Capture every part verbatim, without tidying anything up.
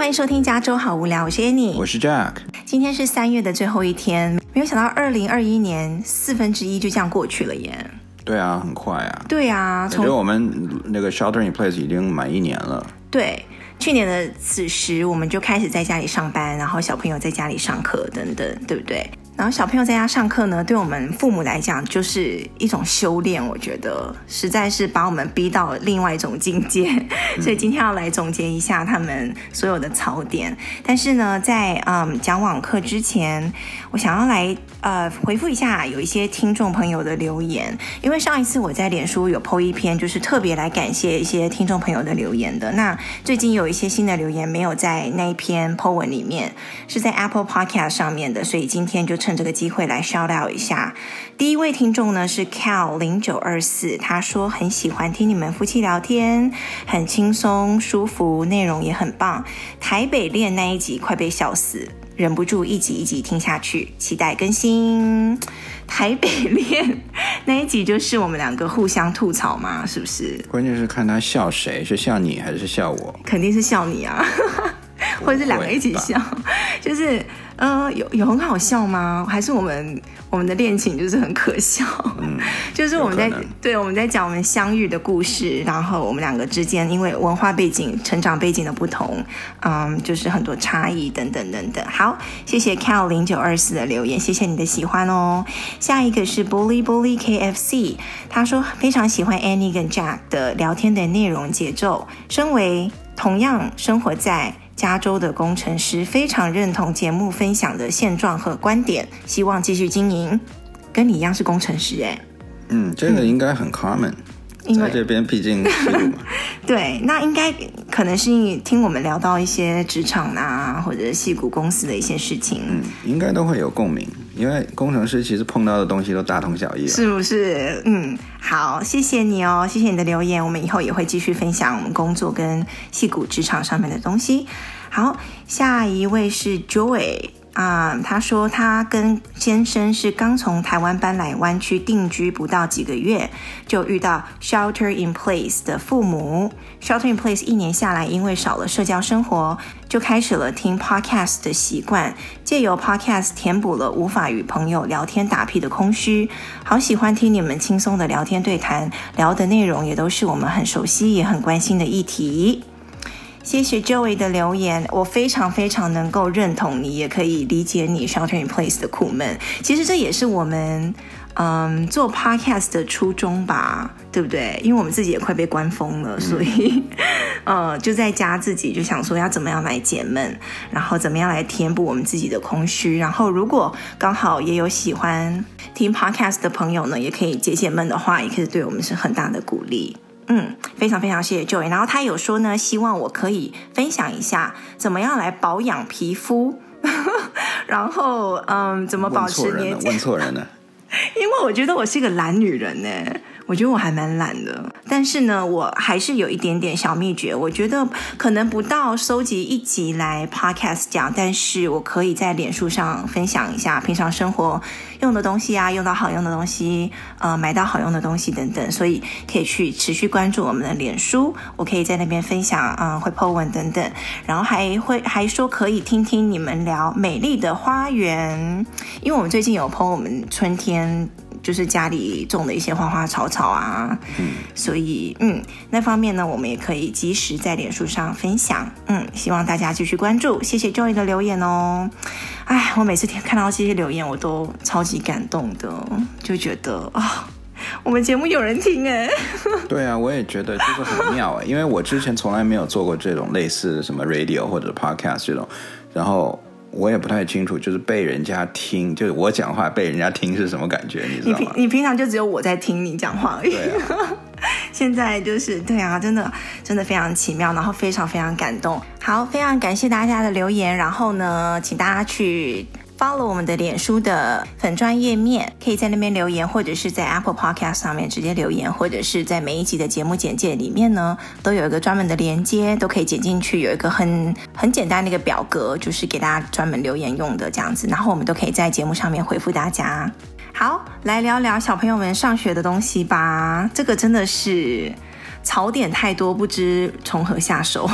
欢迎收听加州好无聊，我是 Annie， 我是 Jack。 今天是三月的最后一天，没有想到二零二一年四分之一就这样过去了耶。 对啊，很快啊。 对啊， 我觉得我们那个 Shelter in Place 已经满一年了。 对，去年的此时我们就开始在家里上班，然后小朋友在家里上课等等，对不对？然后小朋友在家上课呢，对我们父母来讲就是一种修炼，我觉得实在是把我们逼到另外一种境界、嗯、所以今天要来总结一下他们所有的槽点。但是呢，在嗯讲网课之前，我想要来呃回复一下有一些听众朋友的留言，因为上一次我在脸书有 po 一篇，就是特别来感谢一些听众朋友的留言的。那最近有一些新的留言没有在那一篇 po 文里面，是在 Apple Podcast 上面的，所以今天就趁这个机会来 shout out 一下。第一位听众呢是 Cal 零九二四，他说很喜欢听你们夫妻聊天，很轻松舒服，内容也很棒。台北恋那一集快被笑死，忍不住一集一集听下去，期待更新。台北恋那一集就是我们两个互相吐槽嘛，是不是？ 关键是看他笑谁，是笑你还是笑我？ 肯定是笑你啊或者是两个一起笑，就是呃，有有很好笑吗？还是我们我们的恋情就是很可笑？嗯，就是我们在对我们在讲我们相遇的故事，然后我们两个之间因为文化背景、成长背景的不同，嗯，就是很多差异等等等等。好，谢谢 Cal 零九二四的留言，谢谢你的喜欢哦。下一个是 Bully Bully K F C， 他说非常喜欢 Annie 跟 Jack 的聊天的内容节奏，身为同样生活在加州的工程师，非常认同节目分享的现状和观点，希望继续经营。跟你一样是工程师耶。 嗯，这个应该很 common、嗯、在这边毕竟是嘛对，那应该可能是听我们聊到一些职场啊，或者是矽谷公司的一些事情， 嗯，应该都会有共鸣，因为工程师其实碰到的东西都大同小异， 是不是？嗯，好，谢谢你哦，谢谢你的留言，我们以后也会继续分享我们工作跟矽谷职场上面的东西。好，下一位是 Joy 啊、嗯，他说他跟先生是刚从台湾搬来湾区定居不到几个月，就遇到 Shelter in Place 的父母。Shelter in Place 一年下来，因为少了社交生活，就开始了听 Podcast 的习惯，借由 Podcast 填补了无法与朋友聊天打屁的空虚。好喜欢听你们轻松的聊天对谈，聊的内容也都是我们很熟悉也很关心的议题。谢谢 Joey 的留言，我非常非常能够认同你，也可以理解你 Shelter in Place 的苦闷。其实这也是我们嗯做 Podcast 的初衷吧，对不对？因为我们自己也快被关封了，所以、嗯、呃就在家自己就想说要怎么样来解闷，然后怎么样来填补我们自己的空虚。然后如果刚好也有喜欢听 Podcast 的朋友呢，也可以解解闷的话，也可以对我们是很大的鼓励。嗯，非常非常谢谢 Joey。 然后他有说呢，希望我可以分享一下怎么样来保养皮肤然后嗯，怎么保持年轻。 问错人了因为我觉得我是一个懒女人呢，我觉得我还蛮懒的，但是呢我还是有一点点小秘诀，我觉得可能不到收集一集来 podcast 讲，但是我可以在脸书上分享一下平常生活用的东西啊，用到好用的东西，呃，买到好用的东西等等，所以可以去持续关注我们的脸书，我可以在那边分享，嗯、呃，会 po 文等等，然后还会还说可以听听你们聊美丽的花园，因为我们最近有 po 我们春天就是家里种的一些花花草草啊，嗯，所以嗯，那方面呢，我们也可以及时在脸书上分享，嗯，希望大家继续关注，谢谢 Joey 的留言哦。哎，我每次看到这些留言，我都超级感动的，就觉得啊、哦，我们节目有人听哎。 对啊，我也觉得这个很妙哎，因为我之前从来没有做过这种类似的什么 radio 或者 podcast 这种，然后我也不太清楚，就是被人家听，就是我讲话被人家听是什么感觉，你知道吗？你 平, 你平常就只有我在听你讲话而已。对啊现在就是对啊，真的真的非常奇妙，然后非常非常感动。好，非常感谢大家的留言，然后呢，请大家去 follow 我们的脸书的粉专页面，可以在那边留言，或者是在 Apple Podcast 上面直接留言，或者是在每一集的节目简介里面呢，都有一个专门的连接，都可以点进去，有一个很很简单的一个表格，就是给大家专门留言用的这样子，然后我们都可以在节目上面回复大家。好，来聊聊小朋友们上学的东西吧，这个真的是槽点太多，不知从何下手。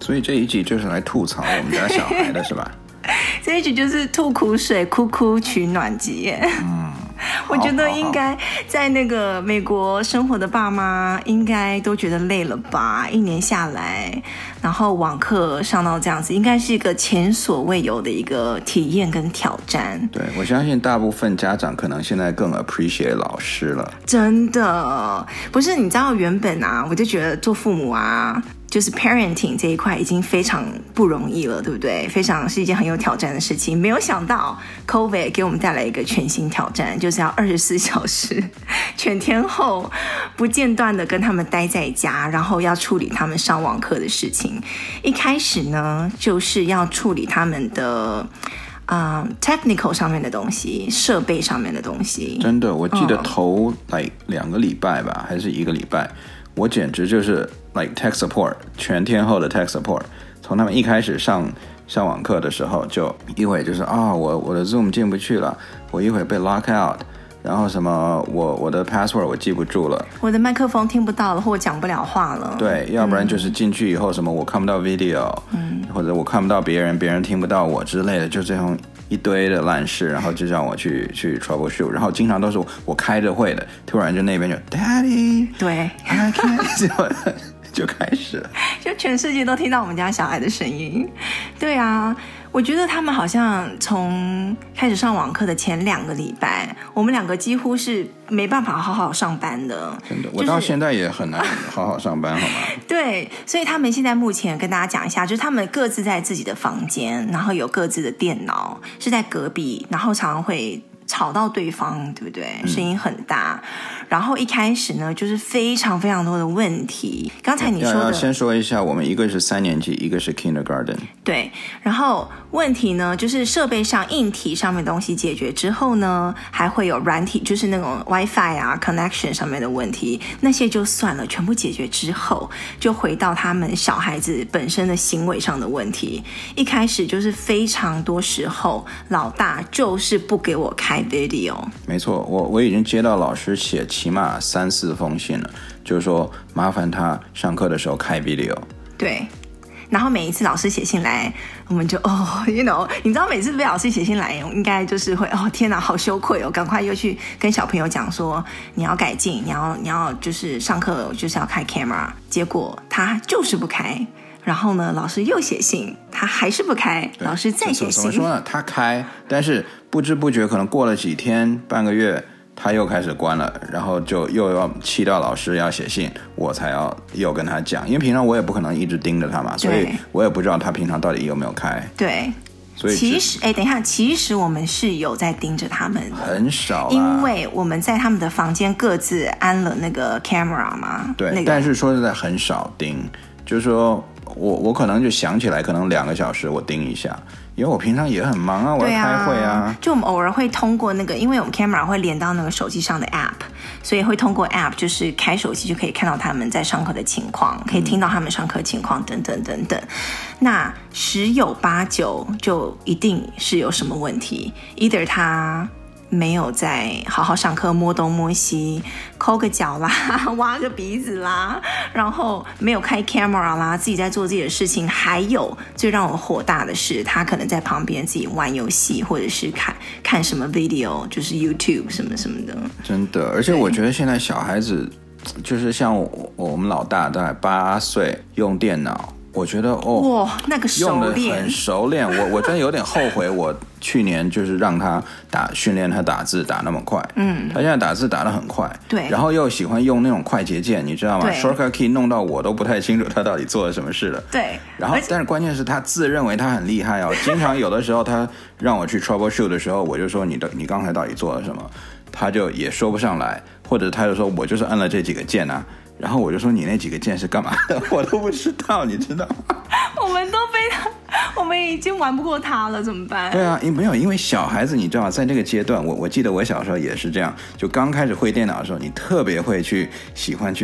所以这一集就是来吐槽我们家小孩的是吧？ 这一集就是吐苦水，哭哭取暖集耶。 嗯， 我觉得应该在那个美国生活的爸妈应该都觉得累了吧，一年下来，然后网课上到这样子，应该是一个前所未有的一个体验跟挑战。 对，我相信大部分家长可能现在更 appreciate 老师了。 真的，不是，你知道原本啊，我就觉得做父母啊，就是 parenting 这一块已经非常不容易了，对不对？非常是一件很有挑战的事情。没有想到 COVID 给我们带来一个全新挑战，就是要二十四小时全天候不间断的跟他们待在家，然后要处理他们上网课的事情。一开始呢，就是要处理他们的Uh, technical 上面的东西，设备上面的东西。 真的，我记得头 like 两个礼拜吧，还是一个礼拜，我简直就是 like tech support 全天候的 tech support。从他们一开始上上网课的时候，就一会就是啊、哦，我我的 Zoom 进不去了，我一会被 lock out， 然后什么我我的 password 我记不住了， 我的麦克风听不到了，或讲不了话了。 对，要不然就是进去以后什么我看不到 video，嗯，或者我看不到别人，别人听不到我之类的，就这样一堆的烂事，然后就让我去去 troubleshoot， 然后经常都是我开着会的，突然就那边就 Daddy， 对 I can't 就开始了， 就全世界都听到我们家小孩的声音。对啊，我觉得他们好像从开始上网课的前两个礼拜，我们两个几乎是没办法好好上班的。 真的，我到现在也很难好好上班，好吗？ 对，所以他们现在目前跟大家讲一下，就是他们各自在自己的房间，然后有各自的电脑，是在隔壁，然后常常会吵到对方，对不对？声音很大。然后一开始呢，就是非常非常多的问题。刚才你说的， 要要先说一下，我们一个是三年级，一个是 kindergarten。 对，然后问题呢，就是设备上硬体上面的东西解决之后呢，还会有软体，就是那种 WiFi 啊 connection 上面的问题，那些就算了，全部解决之后，就回到他们小孩子本身的行为上的问题。一开始就是非常多时候，老大就是不给我开 video。 没错，我我已经接到老师写起码三四封信了，就是说麻烦他上课的时候开 video。 对。然后每一次老师写信来，我们就哦 ，you know， 你知道每次被老师写信来，应该就是会哦，天哪，好羞愧哦，赶快又去跟小朋友讲说你要改进，你要你要就是上课就是要开 camera， 结果他就是不开。然后呢，老师又写信，他还是不开，老师再写信。 怎么说呢？他开，但是不知不觉可能过了几天、半个月。他又开始关了，然后就又要气到老师要写信，我才要又跟他讲，因为平常我也不可能一直盯着他嘛，所以我也不知道他平常到底有没有开。 对， 所以其实哎，等一下，其实我们是有在盯着他们， 很少、啊， 因为我们在他们的房间各自安了那个 camera 嘛。 对， 那个、 但是说实在很少盯，就是说我我可能就想起来，可能两个小时我盯一下。因为我平常也很忙啊，我要开会啊。 啊就我们偶尔会通过那个，因为我们 camera 会连到那个手机上的 app， 所以会通过 app 就是开手机就可以看到他们在上课的情况，可以听到他们上课情况等等等等。那十有八九就一定是有什么问题 ，either 他没有在好好上课，摸东摸西，抠个脚啦，挖个鼻子啦，然后没有开 camera 啦，自己在做自己的事情。还有最让我火大的是，他可能在旁边自己玩游戏，或者是看看什么 video， 就是 YouTube 什么什么的。 真的，而且我觉得现在小孩子，就是像 我, 我们老大大概八岁用电脑。我觉得哦， 哇，那个熟用的练， 很熟练。我我真的有点后悔，我去年就是让他打训练他打字打那么快。嗯，他现在打字打得很快。 对， 然后又喜欢用那种快捷键，你知道吗 ？Shortcut key 弄到我都不太清楚他到底做了什么事了。 对， 然后但是关键是他自认为他很厉害哦。经常有的时候他让我去 troubleshoot 的时候，我就说你的你刚才到底做了什么，他就也说不上来，或者他就说我就是按了这几个键啊。然后我就说你那几个键是干嘛的，我都不知道，你知道吗？ 我们都被他，我们已经玩不过他了，怎么办？ 对啊，因没有，因为小孩子你知道吗，在这个阶段，我我记得我小时候也是这样，就刚开始会电脑的时候，你特别会去喜欢去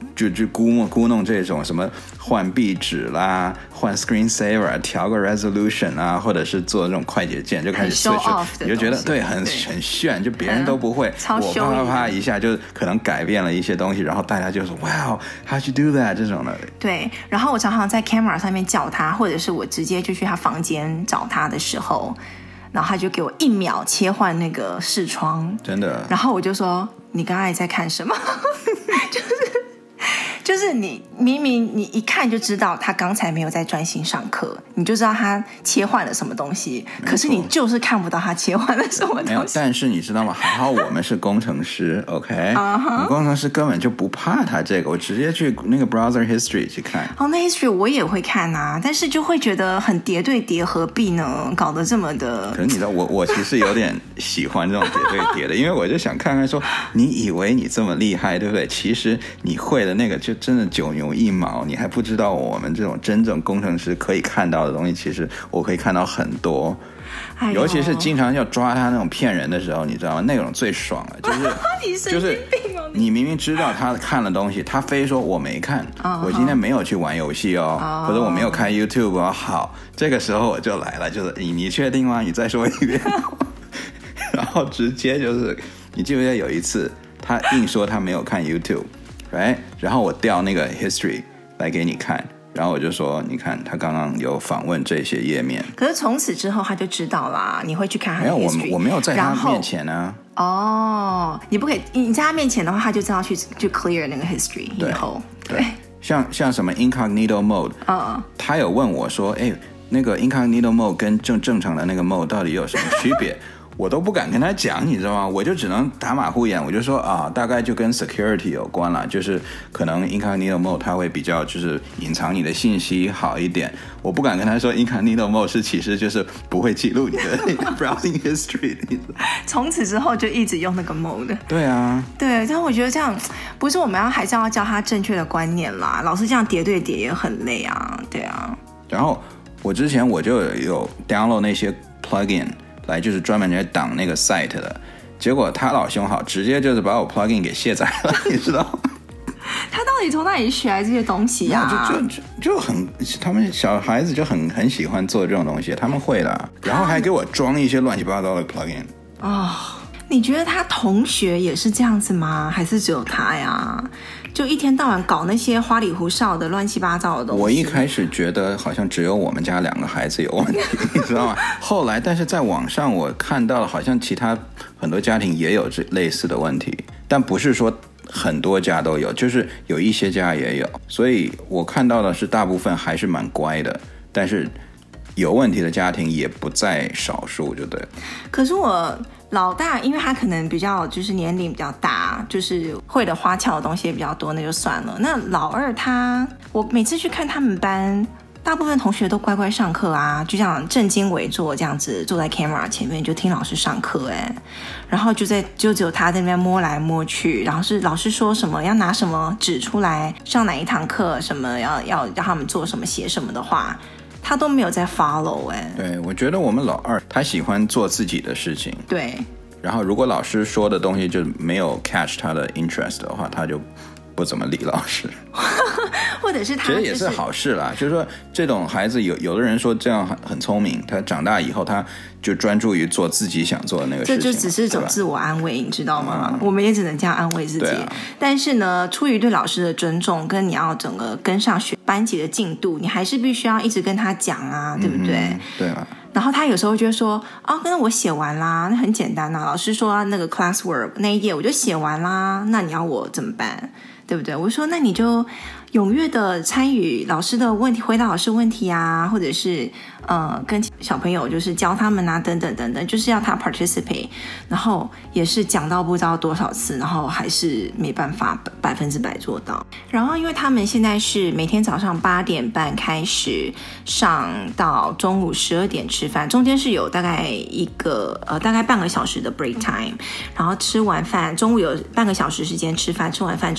就就估估弄这种什么换壁纸啦，换 screensaver， 调个 resolution 啊，或者是做这种快捷键就开始 switch， 你就觉得对很很炫，就别人都不会， 嗯、 我啪啪啪一下就可能改变了一些东西，然后大家就说 wow how'd you do that 这种的。 对，然后我常常在 camera 上面叫他，或者是我直接就去他房间找他的时候，然后他就给我一秒切换那个视窗， 真的， 然后我就说你刚才在看什么？就是就是你明明你一看就知道他刚才没有在专心上课，你就知道他切换了什么东西，可是你就是看不到他切换了什么东西。 没有，但是你知道吗？还好我们是工程师，OK， uh-huh. 我们工程师根本就不怕他这个，我直接去那个 browser history 去看。 哦，那 history 我也会看啊，但是就会觉得很叠对叠，何必呢？搞得这么的。 可是你知道，我我其实有点喜欢这种叠对叠的，因为我就想看看说，你以为你这么厉害，对不对？其实你会的那个就真的九牛一毛，你还不知道我们这种真正工程师可以看到的东西，其实我可以看到很多。 哎、 尤其是经常要抓他那种骗人的时候，你知道吗？那种最爽了，就是你神经病哦！ 你明明知道他看了东西，他非说我没看， uh-huh. 我今天没有去玩游戏哦， uh-huh. 或者我没有看 YouTube 哦。好，这个时候我就来了，就是你你确定吗？你再说一遍，然后直接就是，你记不记得有一次他硬说他没有看 YouTube，right？ 然后我调那个 history 来给你看。然后我就说，你看他刚刚有访问这些页面， 可是从此之后他就知道啦，你会去看他的 history。 没有，我我没有在他面前啊。 哦，你不可以，你在他面前的话，他就知道去去 clear 那个 history 以后，对，对像像什么 incognito mode， 嗯， 他有问我说，哎，那个 incognito mode 跟正正常的那个 mode 到底有什么区别？我都不敢跟他讲，你知道吗？我就只能打马虎眼，我就说啊，大概就跟 security 有关了，就是可能 incognito mode 它会比较就是隐藏你的信息好一点。我不敢跟他说 incognito mode 是其实就是不会记录你的 browsing history。 从此之后就一直用那个 mode。 对啊， 对，但我觉得这样不是我们要还是要教他正确的观念啦。老是这样叠对叠也很累啊，对啊。 然后我之前我就有 download 那些 plugin。来就是专门来挡那个 site 的，结果他老兄好，直接就是把我 plugin 给卸载了，你知道吗？ 他到底从哪里学来这些东西啊？ 就就就就很，他们小孩子就很很喜欢做这种东西，他们会的，然后还给我装一些乱七八糟的 plugin。 哦，你觉得他同学也是这样子吗？还是只有他呀？就一天到晚搞那些花里胡哨的乱七八糟的东西。 我一开始觉得好像只有我们家两个孩子有问题，你知道吗？后来，但是在网上我看到了，好像其他很多家庭也有这类似的问题，但不是说很多家都有，就是有一些家也有。所以我看到的是大部分还是蛮乖的，但是有问题的家庭也不在少数，就对。 可是我老大，因为他可能比较就是年龄比较大，就是会的花俏的东西也比较多，那就算了。那老二他，我每次去看他们班，大部分同学都乖乖上课啊，就这样正襟危坐这样子坐在 camera 前面就听老师上课哎，然后就在就只有他在那边摸来摸去，然后是老师说什么要拿什么纸出来上哪一堂课，什么要要让他们做什么写什么的话。他都没有在 follow 哎， 对，我觉得我们老二他喜欢做自己的事情， 对。 然后如果老师说的东西就没有 catch 他的 interest 的话，他就不怎么理老师。 或者是他、 就是、其实也是好事啦，就是说这种孩子有有的人说这样很很聪明，他长大以后他就专注于做自己想做的那个事情， 这就只是一种自我安慰，你知道吗、嗯？我们也只能这样安慰自己。 啊、 但是呢，出于对老师的尊重，跟你要整个跟上学班级的进度，你还是必须要一直跟他讲啊，对不对？ 嗯、对啊。 然后他有时候就会说：“哦，那我写完啦，那很简单啊。老师说那个 classwork 那一页我就写完啦，那你要我怎么办？对不对？”我说：“那你就踊跃的参与老师的问题，回答老师问题啊，或者是呃跟小朋友就是教他们啊，等等等等，就是要他 participate。然后也是讲到不知道多少次，然后还是没办法百分之百做到。然后因为他们现在是每天早上八点半开始上到中午十二点吃饭，中间是有大概一个呃大概半个小时的 break time， 然后吃完饭，中午有半个小时时间吃饭，吃完饭之后再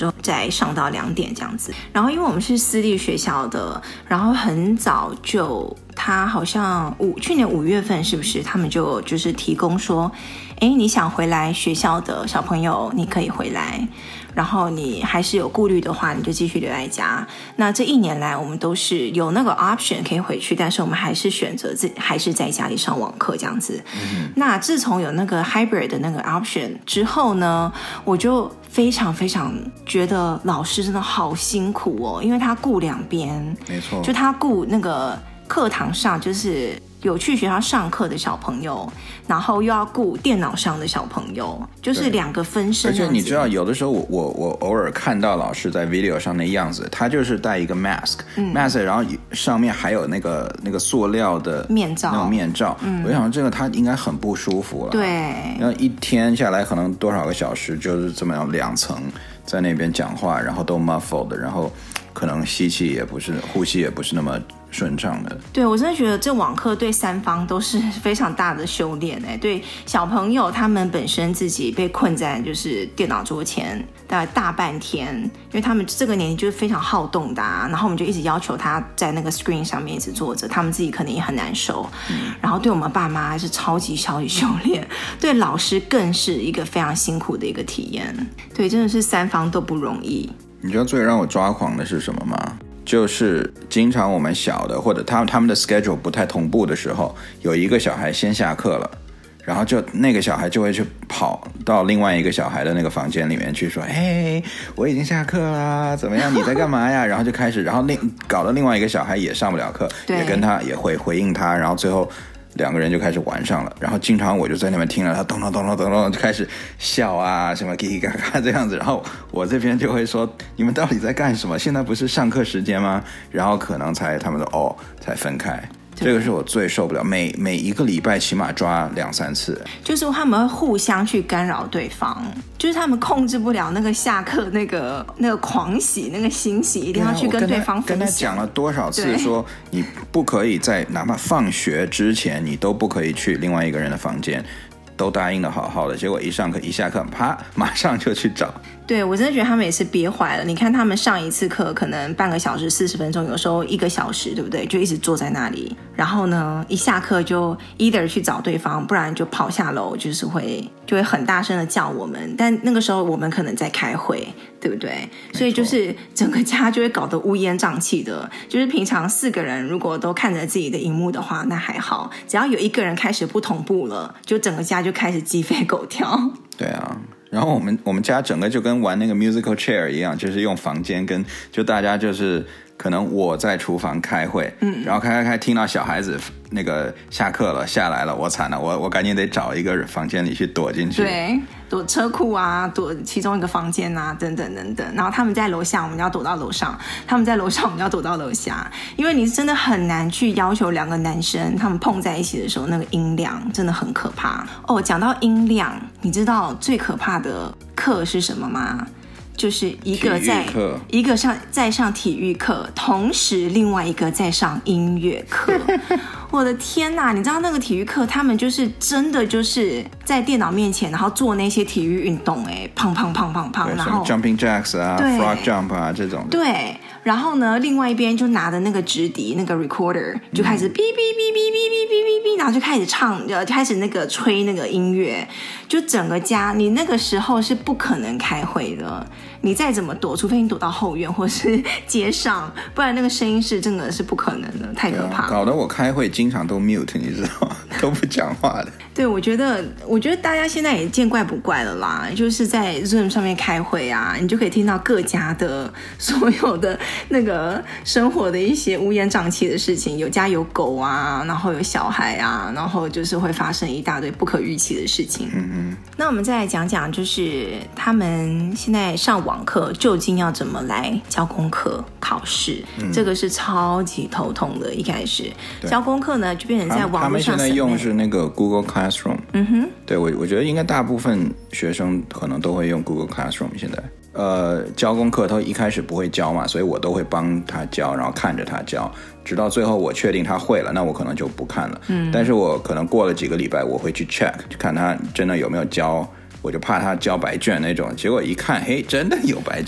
来上到两点这样子。然后因为我们是私立学校的，然后很早就他好像五去年五月份是不是他们就就是提供说，哎，你想回来学校的小朋友你可以回来，然后你还是有顾虑的话你就继续留在家。那这一年来我们都是有那个 option 可以回去，但是我们还是选择自还是在家里上网课这样子、嗯、那自从有那个 hybrid 的那个 option 之后呢，我就非常非常觉得老师真的好辛苦哦，因为他顾两边， 没错， 就他顾那个课堂上就是有去学校上课的小朋友，然后又要顾电脑上的小朋友，就是两个分身。 而且你知道有的时候我我我偶尔看到老师在 video 上的样子，他就是戴一个 mask、嗯、mask 然后上面还有那个那个塑料的面罩， 那种面罩、嗯、我想这个他应该很不舒服了。 对， 然后一天下来可能多少个小时就是这么样两层在那边讲话，然后都 muffled 的，然后可能吸气也不是呼吸也不是那么顺畅的。 对，我真的觉得这网课对三方都是非常大的修炼哎。对小朋友他们本身自己被困在就是电脑桌前大概大半天，因为他们这个年纪就是非常好动的、啊、然后我们就一直要求他在那个 screen 上面一直坐着，他们自己可能也很难受、嗯、然后对我们爸妈还是超级超级修炼，对老师更是一个非常辛苦的一个体验。对，真的是三方都不容易。 你知道最让我抓狂的是什么吗？就是经常我们小的或者他们他们的 schedule 不太同步的时候，有一个小孩先下课了，然后就那个小孩就会去跑到另外一个小孩的那个房间里面去说，嘿，我已经下课啦，怎么样，你在干嘛呀？然后就开始，然后另搞得另外一个小孩也上不了课，也跟他也会回应他，然后最后两个人就开始玩上了。然后经常我就在那边听了他咚咚咚咚咚咚就开始笑啊，什么叽叽嘎嘎这样子，然后我这边就会说，你们到底在干什么？现在不是上课时间吗？然后可能才他们说哦才分开。这个是我最受不了，每每一个礼拜起码抓两三次， 就是他们会互相去干扰对方，就是他们控制不了那个下课那个那个狂喜那个欣喜，一定要去跟对方分享。 跟他讲了多少次说你不可以在哪怕放学之前你都不可以去另外一个人的房间，都答应的好好的，结果一上课一下课啪马上就去找。 对，我真的觉得他们也是憋坏了。你看他们上一次课可能半个小时四十分钟，有时候一个小时，对不对？就一直坐在那里，然后呢一下课就 either 去找对方，不然就跑下楼，就是会就会很大声的叫我们，但那个时候我们可能在开会，对不对？所以就是整个家就会搞得乌烟瘴气的。就是平常四个人如果都看着自己的荧幕的话那还好，只要有一个人开始不同步了，就整个家就开始鸡飞狗跳。 对啊，然后我们我们家整个就跟玩那个 musical chair 一样，就是用房间跟就大家就是可能我在厨房开会，嗯，然后开开开听到小孩子那个下课了下来了，我惨了，我我赶紧得找一个房间里去躲进去， 对，躲车库啊，躲其中一个房间啊，等等等等。然后他们在楼下，我们要躲到楼上；他们在楼上，我们要躲到楼下。因为你真的很难去要求两个男生他们碰在一起的时候那个音量真的很可怕哦。讲到音量，你知道最可怕的课是什么吗？就是一个在一个上在上体育课，同时另外一个在上音乐课。我的天哪！你知道那个体育课，他们就是真的就是在电脑面前，然后做那些体育运动，哎，砰砰砰砰砰，然后 jumping jacks 啊 ，frog jump 啊这种。 对，然后呢，另外一边就拿着那个直笛，那个 recorder 就开始哔哔哔哔哔哔哔哔哔，然后就开始唱，就开始那个吹那个音乐，就整个家，你那个时候是不可能开会的。你再怎么躲，除非你躲到后院或是街上，不然那个声音是真的是不可能的，太可怕了。 搞得我开会经常都 mute， 你知道吗？都不讲话的。 对，我觉得，我觉得大家现在也见怪不怪了啦。就是在 Zoom 上面开会啊，你就可以听到各家的所有的那个生活的一些乌烟瘴气的事情，有家有狗啊，然后有小孩啊，然后就是会发生一大堆不可预期的事情。嗯嗯。那我们再来讲讲，就是他们现在上网课究竟要怎么来交功课、考试、嗯，这个是超级头痛的。一开始交功课呢，就变成在网络上。 他们现在用是那个 Google Classroom。嗯哼，对我我觉得应该大部分学生可能都会用 Google Classroom。现在，呃，交功课他一开始不会交嘛，所以我都会帮他交，然后看着他交，直到最后我确定他会了，那我可能就不看了。嗯，但是我可能过了几个礼拜，我会去 check， 去看他真的有没有交。我就怕他交白卷那种，结果一看，嘿，真的有白卷，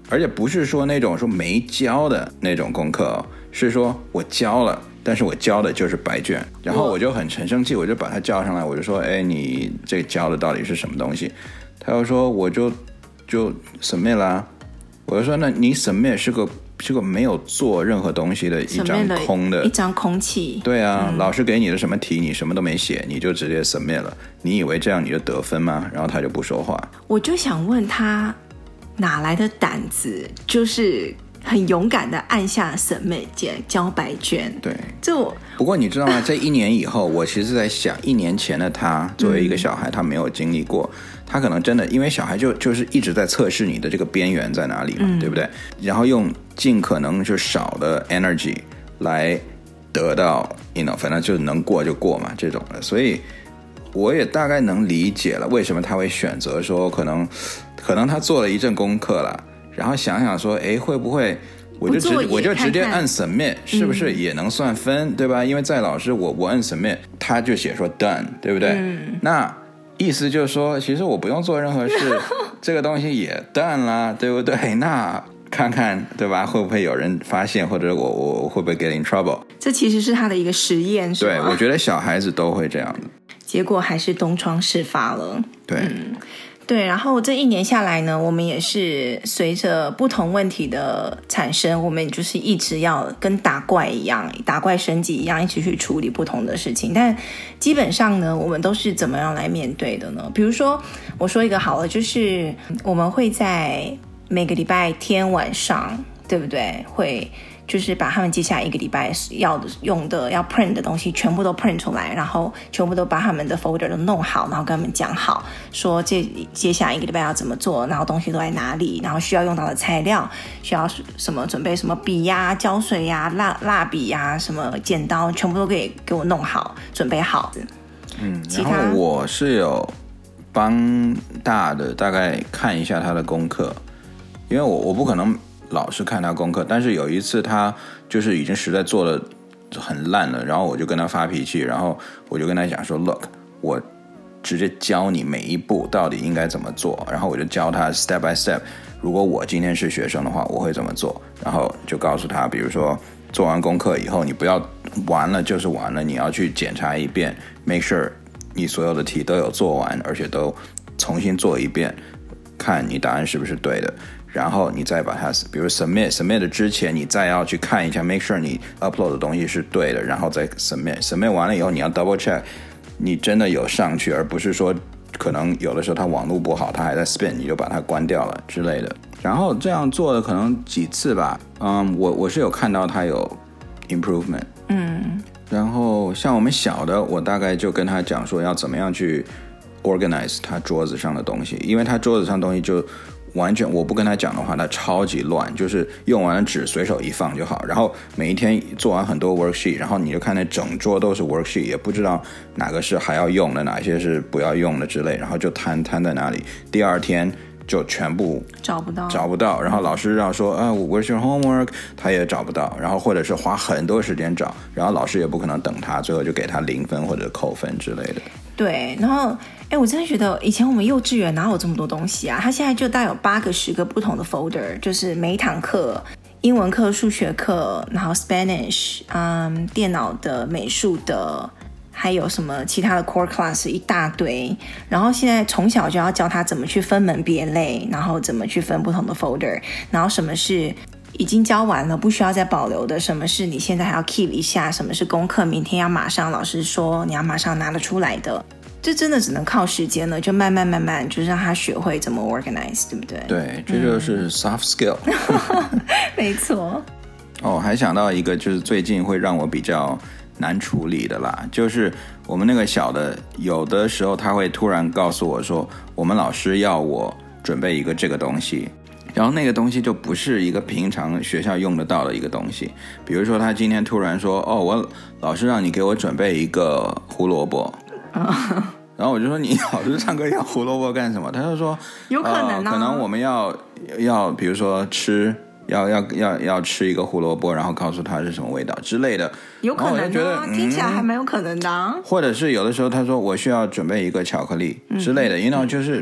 而且不是说那种说没交的那种功课哦，是说我交了，但是我交的就是白卷。然后我就很很生气，我就把他叫上来，我就说，哎，你这交的到底是什么东西？他又说，我就就 submit 啦。我就说，那你 submit 是个是个没有做任何东西的一张空的一张空气。 对啊、嗯、老师给你的什么题你什么都没写，你就直接 submit 了，你以为这样你就得分吗？然后他就不说话。 我就想问他哪来的胆子，就是很勇敢的按下 submit 键交白卷。 对， 这我不过你知道吗？这一年以后，我其实在想，一年前的他作为一个小孩，他没有经历过，他可能真的因为小孩就就是一直在测试你的这个边缘在哪里嘛、嗯、对不对？然后用尽可能就少的 energy 来得到 you know 反正就是能过就过嘛这种的。所以我也大概能理解了为什么他会选择说可能可能他做了一阵功课了，然后想想说哎会不会我就直我就直接按 submit 是不是也能算分、嗯、对吧？因为在老师我我按 submit 他就写说 done 对不对、嗯、那意思就是说其实我不用做任何事这个东西也 done 啦对不对？那看看对吧会不会有人发现，或者我我会不会 get in trouble。 这其实是他的一个实验是吗？ 对，我觉得小孩子都会这样的， 结果还是东窗事发了。 对、 嗯对，然后这一年下来呢，我们也是随着不同问题的产生，我们就是一直要跟打怪一样，打怪升级一样，一起去处理不同的事情。但基本上呢，我们都是怎么样来面对的呢？比如说，我说一个好了，就是我们会在每个礼拜天晚上，对不对？会就是把他们接下来一个礼拜要的用的要 print 的东西全部都 print 出来，然后全部都把他们的 folder 都弄好，然后跟他们讲好说这接下来一个礼拜要怎么做，然后东西都在哪里，然后需要用到的材料，需要什么准备什么笔呀、胶水呀、蜡蜡笔呀、什么剪刀，全部都给给我弄好准备好。 嗯，然后我是有帮大的大概看一下他的功课，因为我我不可能老是看他功课，但是有一次他就是已经实在做的很烂了，然后我就跟他发脾气，然后我就跟他讲说 look 我直接教你每一步到底应该怎么做，然后我就教他 step by step 如果我今天是学生的话我会怎么做，然后就告诉他比如说做完功课以后你不要完了就是完了，你要去检查一遍 make sure 你所有的题都有做完，而且都重新做一遍，看你答案是不是对的，然后你再把它比如 submit submit 的之前你再要去看一下 make sure 你 upload 的东西是对的，然后再 submit submit 完了以后你要 double check 你真的有上去，而不是说可能有的时候它网络不好它还在 spin 你就把它关掉了之类的。然后这样做了可能几次吧，嗯，我我是有看到它有 improvement。 嗯， 然后像我们小的我大概就跟他讲说要怎么样去 organize 他桌子上的东西，因为他桌子上的东西就完全我不跟他讲的话他超级乱，就是用完了纸随手一放就好，然后每一天做完很多 worksheet， 然后你就看那整桌都是 worksheet， 也不知道哪个是还要用的哪些是不要用的之类，然后就摊摊在那里，第二天就全部找不到找不到，然后老师要说啊 where's your homework 他也找不到，然后或者是花很多时间找，然后老师也不可能等他，最后就给他零分或者扣分之类的。 对，然后哎，我真的觉得以前我们幼稚园哪有这么多东西啊，他现在就大概有八个十个不同的 folder， 就是每一堂课英文课数学课然后 Spanish 嗯，电脑的美术的还有什么其他的 core class 一大堆，然后现在从小就要教他怎么去分门别类，然后怎么去分不同的 folder， 然后什么是已经教完了不需要再保留的，什么是你现在还要 keep 一下，什么是功课明天要马上老师说你要马上拿得出来的，这真的只能靠时间了，就慢慢慢慢就让他学会怎么 organize， 对不对？ 对，这就是 soft skill、 嗯、没错。 哦，还想到一个就是最近会让我比较难处理的啦，就是我们那个小的有的时候他会突然告诉我说我们老师要我准备一个这个东西，然后那个东西就不是一个平常学校用得到的一个东西，比如说他今天突然说哦，我老师让你给我准备一个胡萝卜、哦、然后我就说你老师唱歌要胡萝卜干什么？他就说有可能、啊呃、可能我们要要比如说吃要要要要吃一个胡萝卜，然后告诉他是什么味道之类的， 有可能、啊、 觉得、 嗯、听起来还蛮有可能的、啊。 或者是有的时候他说我需要准备一个巧克力之类的、嗯、you know 就是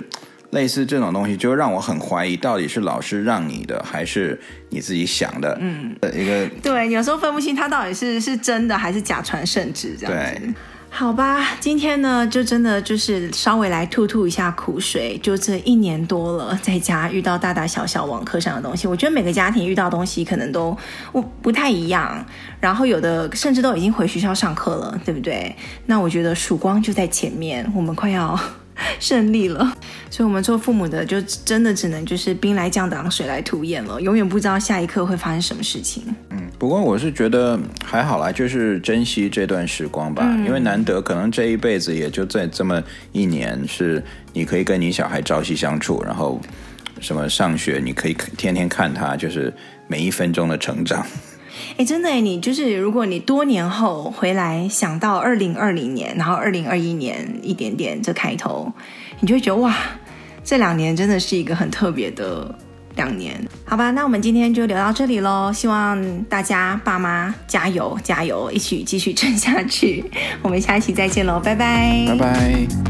类似这种东西，就让我很怀疑到底是老师让你的还是你自己想的。嗯，一个对，有时候分不清它到底是是真的还是假传圣旨这样子。对，好吧，今天呢就真的就是稍微来吐吐一下苦水，就这一年多了，在家遇到大大小小网课上的东西，我觉得每个家庭遇到的东西可能都不太一样，然后有的甚至都已经回学校上课了，对不对？那我觉得曙光就在前面，我们快要胜利了，所以我们做父母的就真的只能就是兵来将挡水来土掩了，永远不知道下一刻会发生什么事情。 嗯，不过我是觉得还好啦，就是珍惜这段时光吧、嗯、因为难得可能这一辈子也就在这么一年是你可以跟你小孩朝夕相处，然后什么上学你可以天天看他就是每一分钟的成长。 哎，真的耶，你就是如果你多年后回来想到二零二零年，然后二零二一年一点点这开头，你就会觉得哇，这两年真的是一个很特别的两年。好吧，那我们今天就聊到这里咯，希望大家爸妈加油加油，一起继续撑下去。我们下一期再见咯，拜拜， 拜拜。